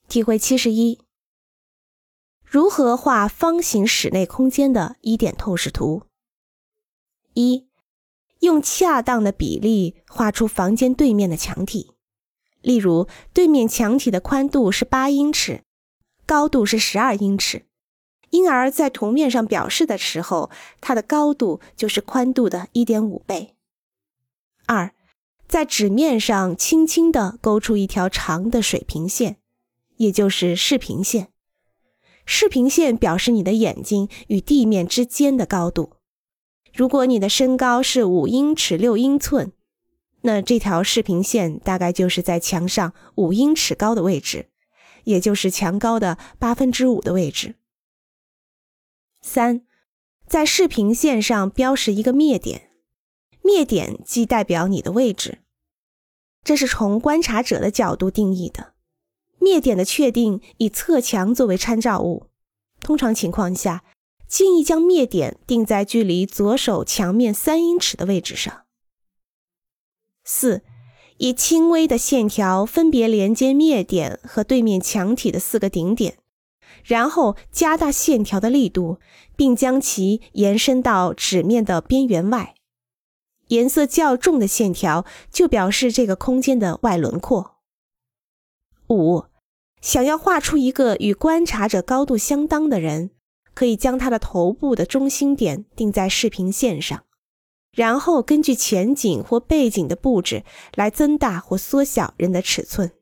体会71，如何画方形室内空间的1点透视图。1. 用恰当的比例画出房间对面的墙体。例如，对面墙体的宽度是8英尺，高度是12英尺，因而在图面上表示的时候，它的高度就是宽度的 1.5 倍。2. 在纸面上轻轻地勾出一条长的水平线，也就是视平线。视平线表示你的眼睛与地面之间的高度。如果你的身高是5英尺6英寸，那这条视平线大概就是在墙上5英尺高的位置，也就是墙高的5%的位置。3. 在视平线上标示一个灭点，灭点即代表你的位置。这是从观察者的角度定义的。灭点的确定以侧墙作为参照物，通常情况下，建议将灭点定在距离左手墙面3英尺的位置上。4. 以轻微的线条分别连接灭点和对面墙体的4个顶点，然后加大线条的力度，并将其延伸到纸面的边缘外。颜色较重的线条就表示这个空间的外轮廓。5. 想要画出一个与观察者高度相当的人，可以将他的头部的中心点定在视平线上，然后根据前景或背景的布置来增大或缩小人的尺寸。